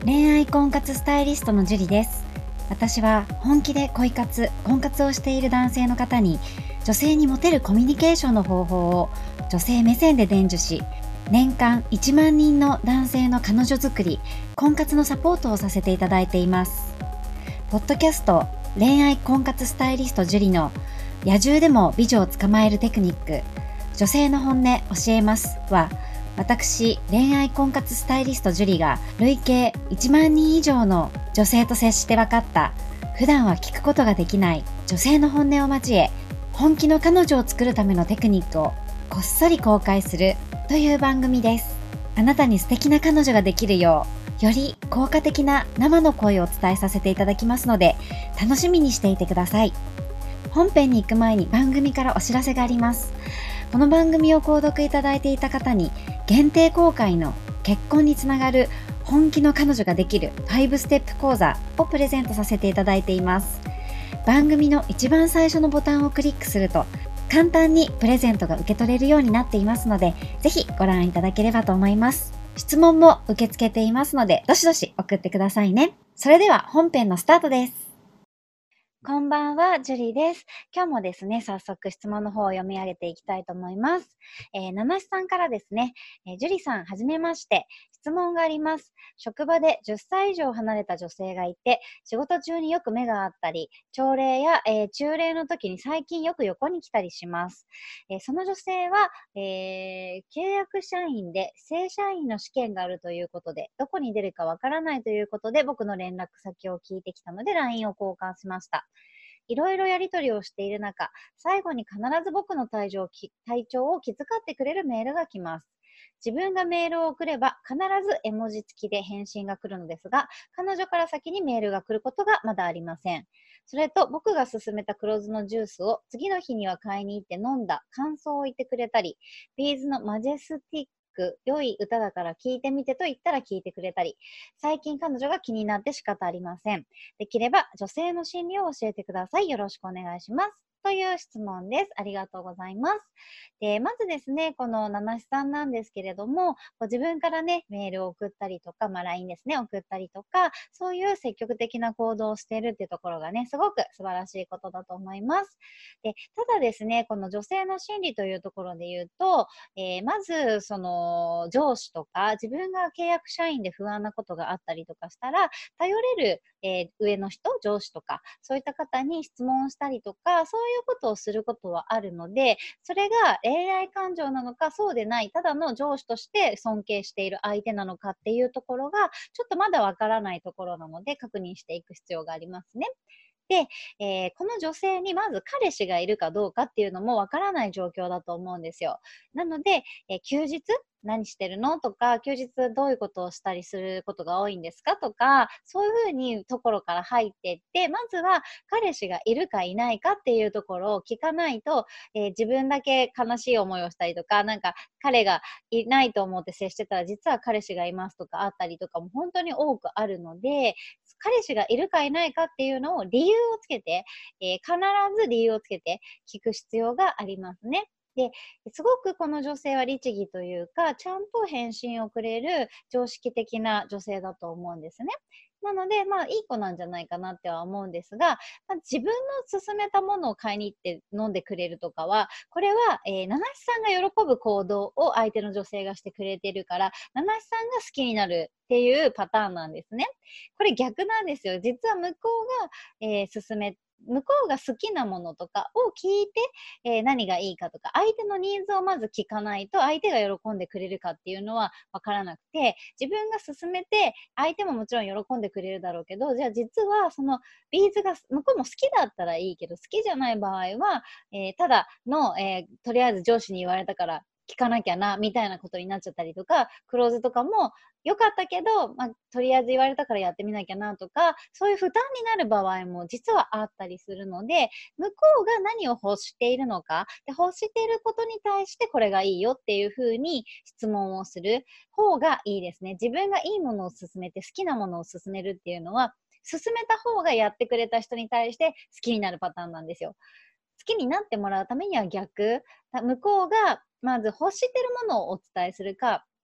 恋愛婚活スタイリストのジュリです。私は本気で恋活、婚活をしている男性の方に女性にモテるコミュニケーションの方法を女性目線で伝授し、年間1万人の男性の彼女作り、婚活のサポートをさせていただいています。ポッドキャスト恋愛婚活スタイリストジュリの野獣でも美女を捕まえるテクニック、女性の本音教えますは、私恋愛婚活スタイリストジュリが累計1万人以上の女性と接して分かった普段は聞くことができない女性の本音を交え、本気の彼女を作るためのテクニックをこっそり公開するという番組です。あなたに素敵な彼女ができるよう、より効果的な生の声をお伝えさせていただきますので、楽しみにしていてください。本編に行く前に番組からお知らせがあります。この番組を購読いただいていた方に限定公開の結婚につながる本気の彼女ができる5ステップ講座をプレゼントさせていただいています。番組の一番最初のボタンをクリックすると簡単にプレゼントが受け取れるようになっていますので、ぜひご覧いただければと思います。質問も受け付けていますので、どしどし送ってくださいね。それでは本編のスタートです。こんばんは、ジュリーです。今日もですね、早速質問の方を読み上げていきたいと思います。ナナシさんからですね、ジュリーさん、はじめまして。質問があります。職場で10歳以上離れた女性がいて、仕事中によく目があったり、朝礼や、中礼の時に最近よく横に来たりします。その女性は、契約社員で正社員の試験があるということで、どこに出るかわからないということで、僕の連絡先を聞いてきたので LINE を交換しました。いろいろやりとりをしている中、最後に必ず僕の体調を気遣ってくれるメールが来ます。自分がメールを送れば必ず絵文字付きで返信が来るのですが、彼女から先にメールが来ることがまだありません。それと僕が勧めた黒酢のジュースを次の日には買いに行って飲んだ感想を言ってくれたり、ビーズのマジェスティック良い歌だから聞いてみてと言ったら聞いてくれたり、最近彼女が気になって仕方ありません。できれば女性の心理を教えてください。よろしくお願いします。という質問です。ありがとうございます。で、まずですね、この七七さんなんですけれども、自分からね、メールを送ったりとか、LINE ですね、送ったりとか、そういう積極的な行動をしているっていうところがね、すごく素晴らしいことだと思います。で、ただですね、この女性の心理というところで言うと、まず、その、上司とか、自分が契約社員で不安なことがあったりとかしたら、頼れる上の人、上司とか、そういった方に質問したりとか、そういうことをすることはあるので、それが恋愛感情なのか、そうでない、ただの上司として尊敬している相手なのかっていうところが、ちょっとまだわからないところなので、確認していく必要がありますね。で、この女性にまず彼氏がいるかどうかっていうのもわからない状況だと思うんですよ。なので、休日何してるのとか、休日どういうことをしたりすることが多いんですかとか、そういうふうにところから入っていって、まずは彼氏がいるかいないかっていうところを聞かないと、自分だけ悲しい思いをしたりとか、なんか彼がいないと思って接してたら実は彼氏がいますとかあったりとかも本当に多くあるので、彼氏がいるかいないかっていうのを理由をつけて、必ず理由をつけて聞く必要がありますね。で、すごくこの女性は律儀というか、ちゃんと返信をくれる常識的な女性だと思うんですね。なので、まあ、いい子なんじゃないかなっては思うんですが、まあ、自分の勧めたものを買いに行って飲んでくれるとかは、これは、七七さんが喜ぶ行動を相手の女性がしてくれてるから、七七さんが好きになるっていうパターンなんですね。これ逆なんですよ。実は向こうが、向こうが好きなものとかを聞いて、何がいいかとか、相手のニーズをまず聞かないと、相手が喜んでくれるかっていうのはわからなくて、自分が勧めて、相手ももちろん喜んでくれるだろうけど、じゃあ実はそのビーズが向こうも好きだったらいいけど、好きじゃない場合は、ただの、とりあえず上司に言われたから聞かなきゃな、みたいなことになっちゃったりとか、クローズとかも良かったけど、まあ、とりあえず言われたからやってみなきゃなとか、そういう負担になる場合も実はあったりするので、向こうが何を欲しているのか、で欲していることに対してこれがいいよっていうふうに質問をする方がいいですね。自分がいいものを勧めて好きなものを勧めるっていうのは、勧めた方がやってくれた人に対して好きになるパターンなんですよ。好きになってもらうためには逆、向こうがまず欲してるものをお伝えするか、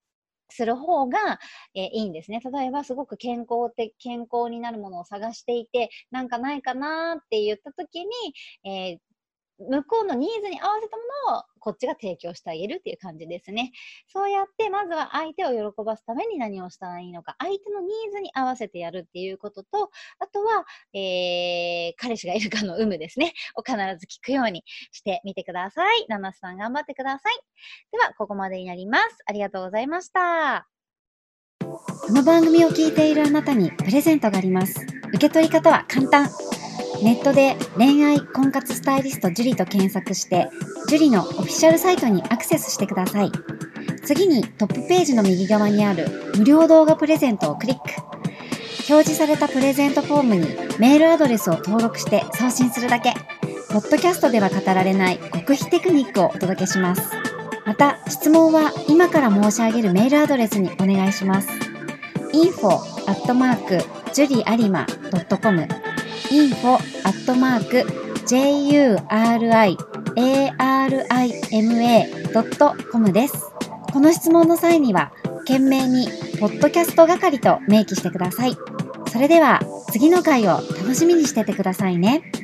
する方が、いいんですね。例えばすごく健康になるものを探していて、なんかないかなって言った時に、向こうのニーズに合わせたものをこっちが提供してあげるっていう感じですね。そうやってまずは相手を喜ばすために何をしたらいいのか、相手のニーズに合わせてやるっていうことと、あとは、彼氏がいるかの有無ですね、を必ず聞くようにしてみてください。ナナスさん頑張ってください。では、ここまでになります。ありがとうございました。 この番組を聞いているあなたにプレゼントがあります。受け取り方は簡単。ネットで恋愛婚活スタイリスト樹と検索して、樹のオフィシャルサイトにアクセスしてください。次にトップページの右側にある無料動画プレゼントをクリック。表示されたプレゼントフォームにメールアドレスを登録して送信するだけ。ポッドキャストでは語られない極秘テクニックをお届けします。また、質問は今から申し上げるメールアドレスにお願いします。info@juriarima.com info@juriarima.com です。この質問の際には、懸命にポッドキャスト係と明記してください。それでは次の回を楽しみにしててくださいね。